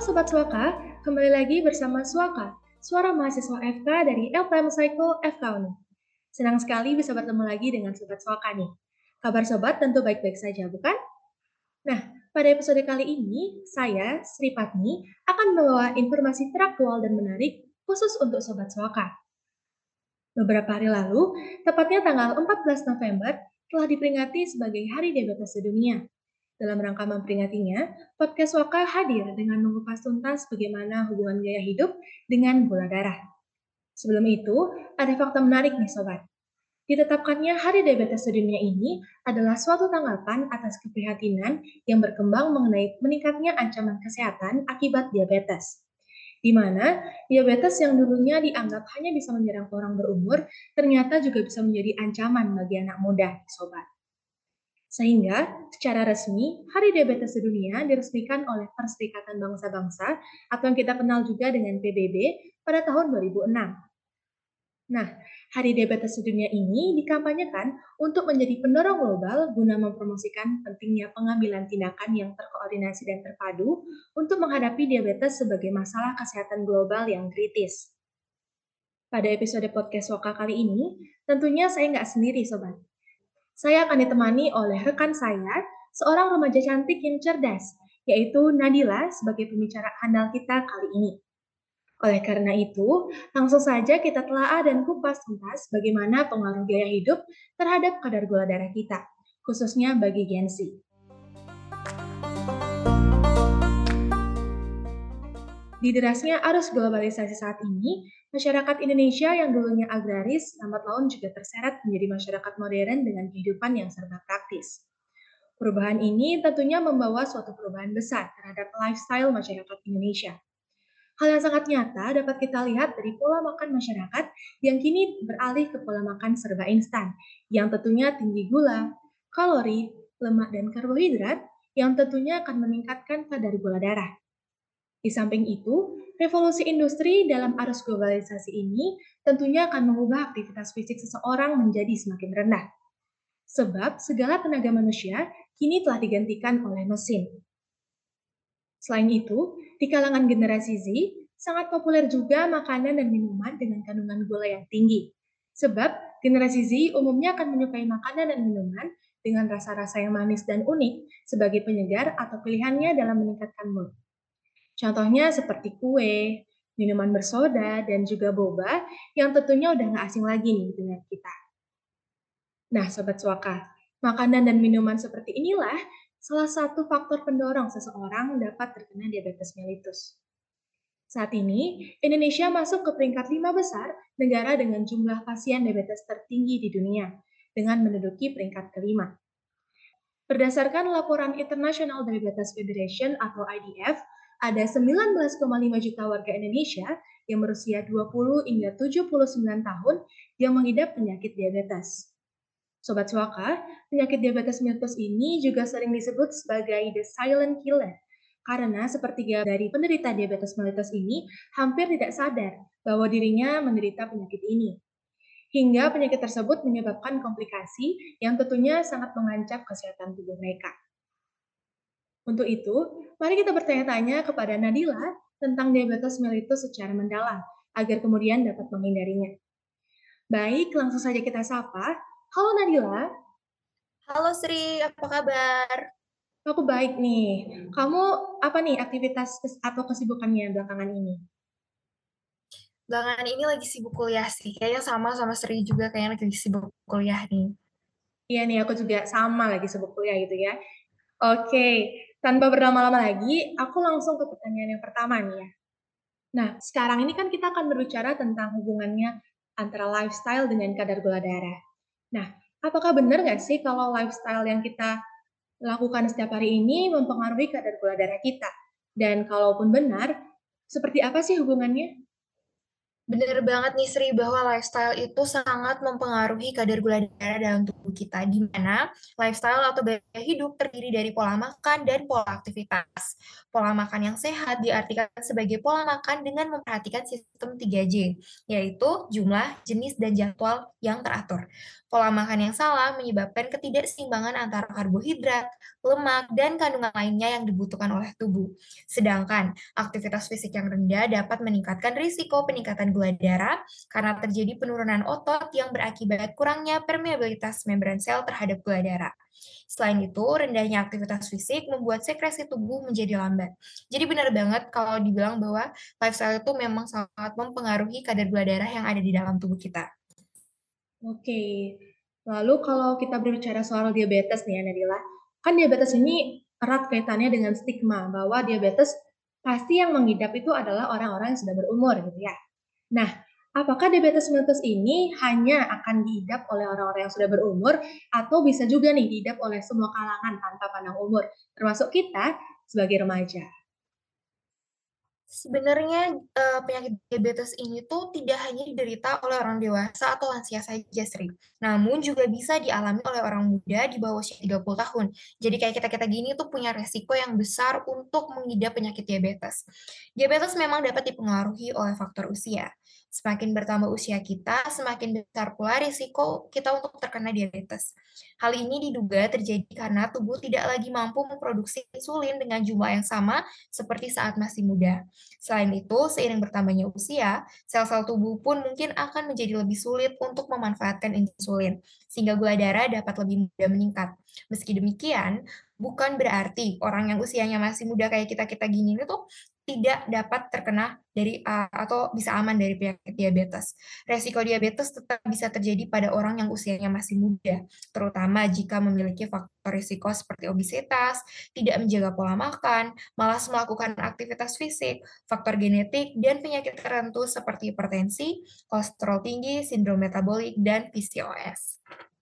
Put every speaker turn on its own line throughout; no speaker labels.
Sobat Swaka, kembali lagi bersama Swaka, suara mahasiswa FK dari LPM Psycho FK Uni. Senang sekali bisa bertemu lagi dengan Sobat Swaka nih. Kabar Sobat tentu baik-baik saja, bukan? Nah, pada episode kali ini, saya, Sri Patni, akan membawa informasi teraktual dan menarik khusus untuk Sobat Swaka. Beberapa hari lalu, tepatnya tanggal 14 November, telah diperingati sebagai Hari Diabetes Sedunia. Dalam rangka memperingatinya, podcast Waka hadir dengan mengupas tuntas bagaimana hubungan gaya hidup dengan gula darah. Sebelum itu, ada fakta menarik nih Sobat. Ditetapkannya Hari Diabetes Sedunia ini adalah suatu tanggapan atas keprihatinan yang berkembang mengenai meningkatnya ancaman kesehatan akibat diabetes. Di mana diabetes yang dulunya dianggap hanya bisa menyerang orang berumur, ternyata juga bisa menjadi ancaman bagi anak muda, Sobat. Sehingga, secara resmi, Hari Diabetes Sedunia diresmikan oleh Perserikatan Bangsa-Bangsa atau yang kita kenal juga dengan PBB pada tahun 2006. Nah, Hari Diabetes Sedunia ini dikampanyekan untuk menjadi pendorong global guna mempromosikan pentingnya pengambilan tindakan yang terkoordinasi dan terpadu untuk menghadapi diabetes sebagai masalah kesehatan global yang kritis. Pada episode podcast Woka kali ini, tentunya saya nggak sendiri, Sobat. Saya akan ditemani oleh rekan saya, seorang remaja cantik yang cerdas, yaitu Nadila sebagai pembicara handal kita kali ini. Oleh karena itu, langsung saja kita telaah dan kupas tuntas bagaimana pengaruh gaya hidup terhadap kadar gula darah kita, khususnya bagi Gen Z. Di derasnya arus globalisasi saat ini, masyarakat Indonesia yang dulunya agraris lambat laun juga terseret menjadi masyarakat modern dengan kehidupan yang serba praktis. Perubahan ini tentunya membawa suatu perubahan besar terhadap lifestyle masyarakat Indonesia. Hal yang sangat nyata dapat kita lihat dari pola makan masyarakat yang kini beralih ke pola makan serba instan, yang tentunya tinggi gula, kalori, lemak, dan karbohidrat, yang tentunya akan meningkatkan kadar gula darah. Di samping itu, revolusi industri dalam arus globalisasi ini tentunya akan mengubah aktivitas fisik seseorang menjadi semakin rendah. Sebab segala tenaga manusia kini telah digantikan oleh mesin. Selain itu, di kalangan generasi Z, sangat populer juga makanan dan minuman dengan kandungan gula yang tinggi. Sebab generasi Z umumnya akan menyukai makanan dan minuman dengan rasa-rasa yang manis dan unik sebagai penyegar atau pilihannya dalam meningkatkan mood. Contohnya seperti kue, minuman bersoda, dan juga boba yang tentunya udah nggak asing lagi nih dengan kita. Nah, Sobat Swaka, makanan dan minuman seperti inilah salah satu faktor pendorong seseorang dapat terkena diabetes mellitus. Saat ini, Indonesia masuk ke peringkat 5 besar negara dengan jumlah pasien diabetes tertinggi di dunia, dengan menduduki peringkat kelima. Berdasarkan laporan International Diabetes Federation atau IDF, ada 19,5 juta warga Indonesia yang berusia 20 hingga 79 tahun yang mengidap penyakit diabetes. Sobat Swaka, penyakit diabetes mellitus ini juga sering disebut sebagai the silent killer, karena sepertiga dari penderita diabetes mellitus ini hampir tidak sadar bahwa dirinya menderita penyakit ini. Hingga penyakit tersebut menyebabkan komplikasi yang tentunya sangat mengancam kesehatan tubuh mereka. Untuk itu, mari kita bertanya-tanya kepada Nadila tentang diabetes mellitus secara mendalam, agar kemudian dapat menghindarinya. Baik, langsung saja kita sapa. Halo Nadila.
Halo Sri, apa kabar?
Aku baik nih. Kamu apa nih aktivitas atau kesibukannya belakangan ini?
Belakangan ini lagi sibuk kuliah sih. Kayaknya sama Sri juga kayaknya lagi sibuk kuliah nih.
Iya nih, aku juga sama lagi sibuk kuliah gitu ya. Oke, tanpa berlama-lama lagi, aku langsung ke pertanyaan yang pertama nih ya. Nah, sekarang ini kan kita akan berbicara tentang hubungannya antara lifestyle dengan kadar gula darah. Nah, apakah benar nggak sih kalau lifestyle yang kita lakukan setiap hari ini mempengaruhi kadar gula darah kita? Dan kalaupun benar, seperti apa sih hubungannya?
Bener banget nih Sri, bahwa lifestyle itu sangat mempengaruhi kadar gula darah dalam tubuh kita, di mana lifestyle atau gaya hidup terdiri dari pola makan dan pola aktivitas. Pola makan yang sehat diartikan sebagai pola makan dengan memperhatikan sistem 3J, yaitu jumlah, jenis, dan jadwal yang teratur. Pola makan yang salah menyebabkan ketidakseimbangan antara karbohidrat, lemak, dan kandungan lainnya yang dibutuhkan oleh tubuh. Sedangkan aktivitas fisik yang rendah dapat meningkatkan risiko peningkatan gula darah karena terjadi penurunan otot yang berakibat kurangnya permeabilitas membran sel terhadap gula darah. Selain itu, rendahnya aktivitas fisik membuat sekresi tubuh menjadi lambat. Jadi benar banget kalau dibilang bahwa lifestyle itu memang sangat mempengaruhi kadar gula darah yang ada di dalam tubuh kita.
Oke, lalu kalau kita berbicara soal diabetes nih ya Nadila, kan diabetes ini erat kaitannya dengan stigma bahwa diabetes pasti yang mengidap itu adalah orang-orang yang sudah berumur gitu ya. Nah, apakah diabetes mellitus ini hanya akan diidap oleh orang-orang yang sudah berumur atau bisa juga nih diidap oleh semua kalangan tanpa pandang umur, termasuk kita sebagai remaja?
Sebenarnya, penyakit diabetes ini tuh tidak hanya diderita oleh orang dewasa atau lansia saja, Sri. Namun juga bisa dialami oleh orang muda di bawah usia 30 tahun. Jadi kayak kita-kita gini tuh punya resiko yang besar untuk mengidap penyakit diabetes. Diabetes memang dapat dipengaruhi oleh faktor usia. Semakin bertambah usia kita, semakin besar pula risiko kita untuk terkena diabetes. Hal ini diduga terjadi karena tubuh tidak lagi mampu memproduksi insulin dengan jumlah yang sama seperti saat masih muda. Selain itu, seiring bertambahnya usia, sel-sel tubuh pun mungkin akan menjadi lebih sulit untuk memanfaatkan insulin, sehingga gula darah dapat lebih mudah meningkat. Meski demikian, bukan berarti orang yang usianya masih muda kayak kita-kita gini itu tuh tidak dapat terkena dari atau bisa aman dari penyakit diabetes. Resiko diabetes tetap bisa terjadi pada orang yang usianya masih muda, terutama jika memiliki faktor risiko seperti obesitas, tidak menjaga pola makan, malas melakukan aktivitas fisik, faktor genetik, dan penyakit tertentu seperti hipertensi, kolesterol tinggi, sindrom metabolik, dan PCOS.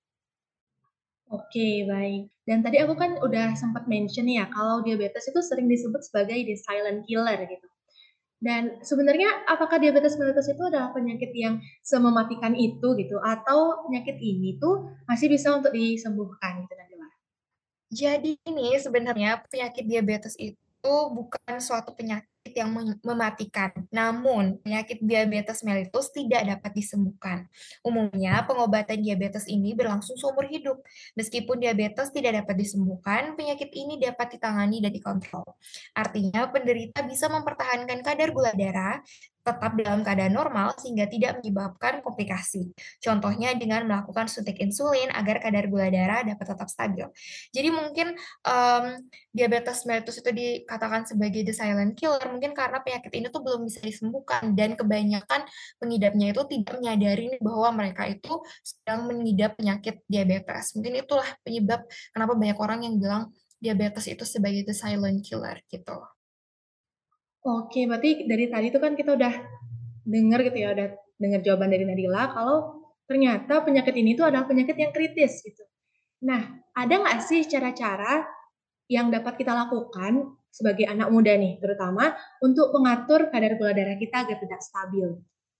Oke, baik. Dan tadi aku kan udah sempat mention ya, kalau diabetes itu sering disebut sebagai the silent killer gitu. Dan sebenarnya apakah diabetes mellitus itu adalah penyakit yang semematikan itu gitu, atau penyakit ini tuh masih bisa untuk disembuhkan gitu Nadila?
Jadi ini sebenarnya penyakit diabetes itu bukan suatu penyakit yang mematikan. Namun, penyakit diabetes mellitus tidak dapat disembuhkan. Umumnya, pengobatan diabetes ini berlangsung seumur hidup. Meskipun diabetes tidak dapat disembuhkan, penyakit ini dapat ditangani dan dikontrol. Artinya, penderita bisa mempertahankan kadar gula darah tetap dalam keadaan normal sehingga tidak menyebabkan komplikasi. Contohnya dengan melakukan suntik insulin agar kadar gula darah dapat tetap stabil. Jadi mungkin, diabetes mellitus itu dikatakan sebagai the silent killer mungkin karena penyakit ini tuh belum bisa disembuhkan dan kebanyakan pengidapnya itu tidak menyadari nih bahwa mereka itu sedang mengidap penyakit diabetes. Mungkin itulah penyebab kenapa banyak orang yang bilang diabetes itu sebagai the silent killer gitu.
Oke, berarti dari tadi tuh kan kita udah dengar gitu ya, udah dengar jawaban dari Nadila kalau ternyata penyakit ini tuh adalah penyakit yang kritis gitu. Nah, ada nggak sih cara-cara yang dapat kita lakukan sebagai anak muda nih, terutama untuk mengatur kadar gula darah kita agar tidak stabil?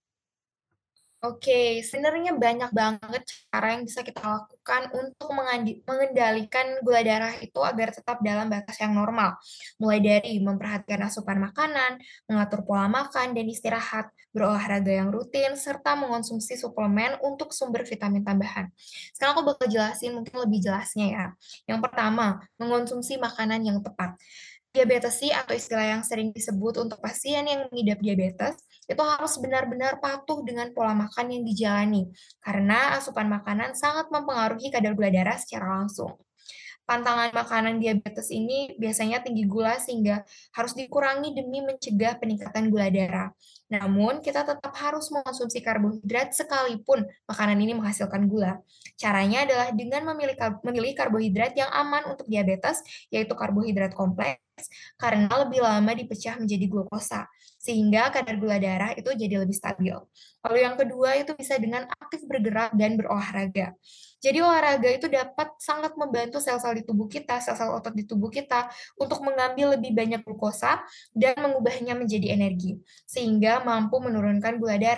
Oke, sebenarnya banyak banget cara yang bisa kita lakukan untuk mengendalikan gula darah itu agar tetap dalam batas yang normal. Mulai dari memperhatikan asupan makanan, mengatur pola makan dan istirahat, berolahraga yang rutin, serta mengonsumsi suplemen untuk sumber vitamin tambahan. Sekarang aku bakal jelasin mungkin lebih jelasnya ya. Yang pertama, mengonsumsi makanan yang tepat. Diabetesi atau istilah yang sering disebut untuk pasien yang mengidap diabetes itu harus benar-benar patuh dengan pola makan yang dijalani, karena asupan makanan sangat mempengaruhi kadar gula darah secara langsung. Pantangan makanan diabetes ini biasanya tinggi gula sehingga harus dikurangi demi mencegah peningkatan gula darah. Namun, kita tetap harus mengonsumsi karbohidrat sekalipun makanan ini menghasilkan gula. Caranya adalah dengan memilih karbohidrat yang aman untuk diabetes, yaitu karbohidrat kompleks, karena lebih lama dipecah menjadi glukosa, sehingga kadar gula darah itu jadi lebih stabil. Lalu yang kedua itu bisa dengan aktif bergerak dan berolahraga. Jadi olahraga itu dapat sangat membantu sel-sel di tubuh kita, sel-sel otot di tubuh kita untuk mengambil lebih banyak glukosa dan mengubahnya menjadi energi, sehingga mampu menurunkan gula darah.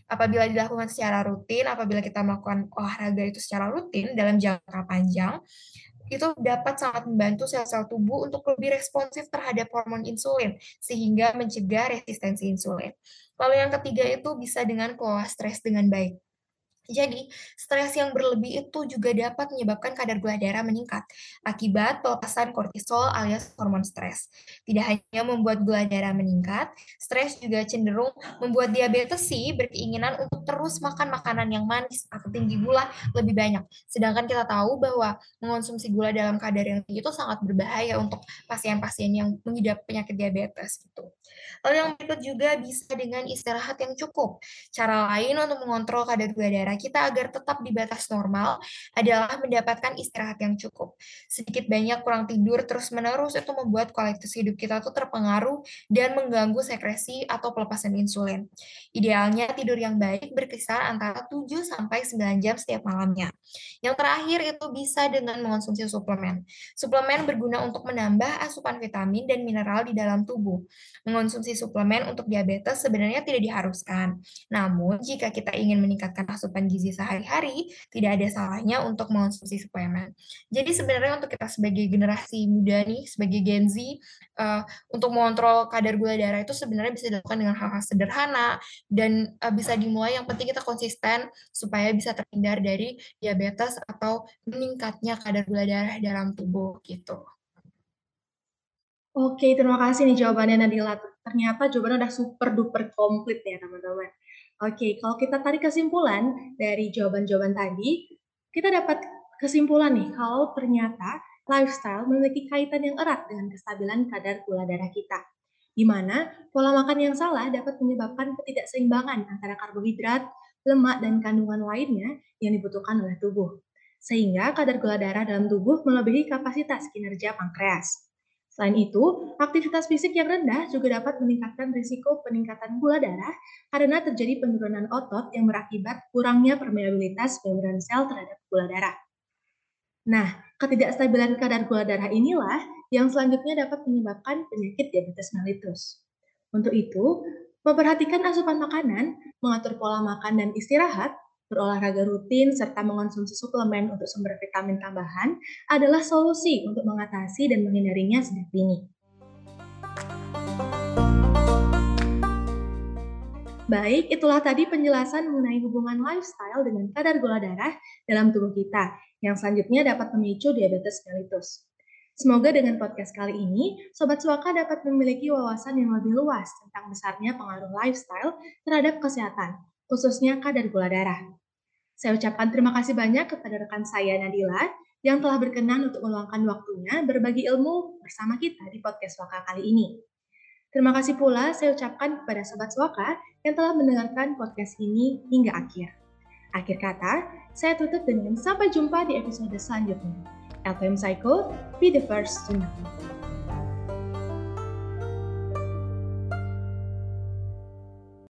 Apabila dilakukan secara rutin, apabila kita melakukan olahraga itu secara rutin dalam jangka panjang, itu dapat sangat membantu sel-sel tubuh untuk lebih responsif terhadap hormon insulin, sehingga mencegah resistensi insulin. Lalu yang ketiga itu bisa dengan kelola stres dengan baik. Jadi, stres yang berlebih itu juga dapat menyebabkan kadar gula darah meningkat akibat pelepasan kortisol alias hormon stres. Tidak hanya membuat gula darah meningkat, stres juga cenderung membuat diabetes sih berkeinginan untuk terus makan makanan yang manis atau tinggi gula lebih banyak. Sedangkan kita tahu bahwa mengonsumsi gula dalam kadar yang tinggi itu sangat berbahaya untuk pasien-pasien yang mengidap penyakit diabetes gitu. Lalu yang berikut juga bisa dengan istirahat yang cukup. Cara lain untuk mengontrol kadar gula darah kita agar tetap di batas normal adalah mendapatkan istirahat yang cukup. Sedikit banyak kurang tidur terus-menerus itu membuat kualitas hidup kita tuh terpengaruh dan mengganggu sekresi atau pelepasan insulin. Idealnya tidur yang baik berkisar antara 7 sampai 9 jam setiap malamnya. Yang terakhir itu bisa dengan mengonsumsi suplemen. Suplemen berguna untuk menambah asupan vitamin dan mineral di dalam tubuh. Mengonsumsi suplemen untuk diabetes sebenarnya tidak diharuskan. Namun, jika kita ingin meningkatkan asupan gizi sehari-hari, tidak ada salahnya untuk mengonsumsi suplemen. Jadi sebenarnya untuk kita sebagai generasi muda nih, sebagai Gen Z, untuk mengontrol kadar gula darah itu sebenarnya bisa dilakukan dengan hal-hal sederhana dan bisa dimulai, yang penting kita konsisten supaya bisa terhindar dari diabetes atau meningkatnya kadar gula darah dalam tubuh gitu.
Oke, terima kasih nih jawabannya Nadila. Ternyata jawabannya udah super duper komplit ya teman-teman. Oke, kalau kita tarik kesimpulan dari jawaban-jawaban tadi, kita dapat kesimpulan nih kalau ternyata lifestyle memiliki kaitan yang erat dengan kestabilan kadar gula darah kita. Di mana pola makan yang salah dapat menyebabkan ketidakseimbangan antara karbohidrat, lemak, dan kandungan lainnya yang dibutuhkan oleh tubuh. Sehingga kadar gula darah dalam tubuh melebihi kapasitas kinerja pankreas. Selain itu, aktivitas fisik yang rendah juga dapat meningkatkan risiko peningkatan gula darah karena terjadi penurunan otot yang berakibat kurangnya permeabilitas membran sel terhadap gula darah. Nah, ketidakstabilan kadar gula darah inilah yang selanjutnya dapat menyebabkan penyakit diabetes mellitus. Untuk itu, memperhatikan asupan makanan, mengatur pola makan dan istirahat, berolahraga rutin, serta mengonsumsi suplemen untuk sumber vitamin tambahan adalah solusi untuk mengatasi dan menghindarinya sejak dini. Baik, itulah tadi penjelasan mengenai hubungan lifestyle dengan kadar gula darah dalam tubuh kita, yang selanjutnya dapat memicu diabetes mellitus. Semoga dengan podcast kali ini, Sobat Suaka dapat memiliki wawasan yang lebih luas tentang besarnya pengaruh lifestyle terhadap kesehatan, khususnya kadar gula darah. Saya ucapkan terima kasih banyak kepada rekan saya Nadila yang telah berkenan untuk meluangkan waktunya berbagi ilmu bersama kita di podcast Suaka kali ini. Terima kasih pula saya ucapkan kepada Sobat Suaka yang telah mendengarkan podcast ini hingga akhir. Akhir kata, saya tutup dengan sampai jumpa di episode selanjutnya. LPM Psycho, be the first to know.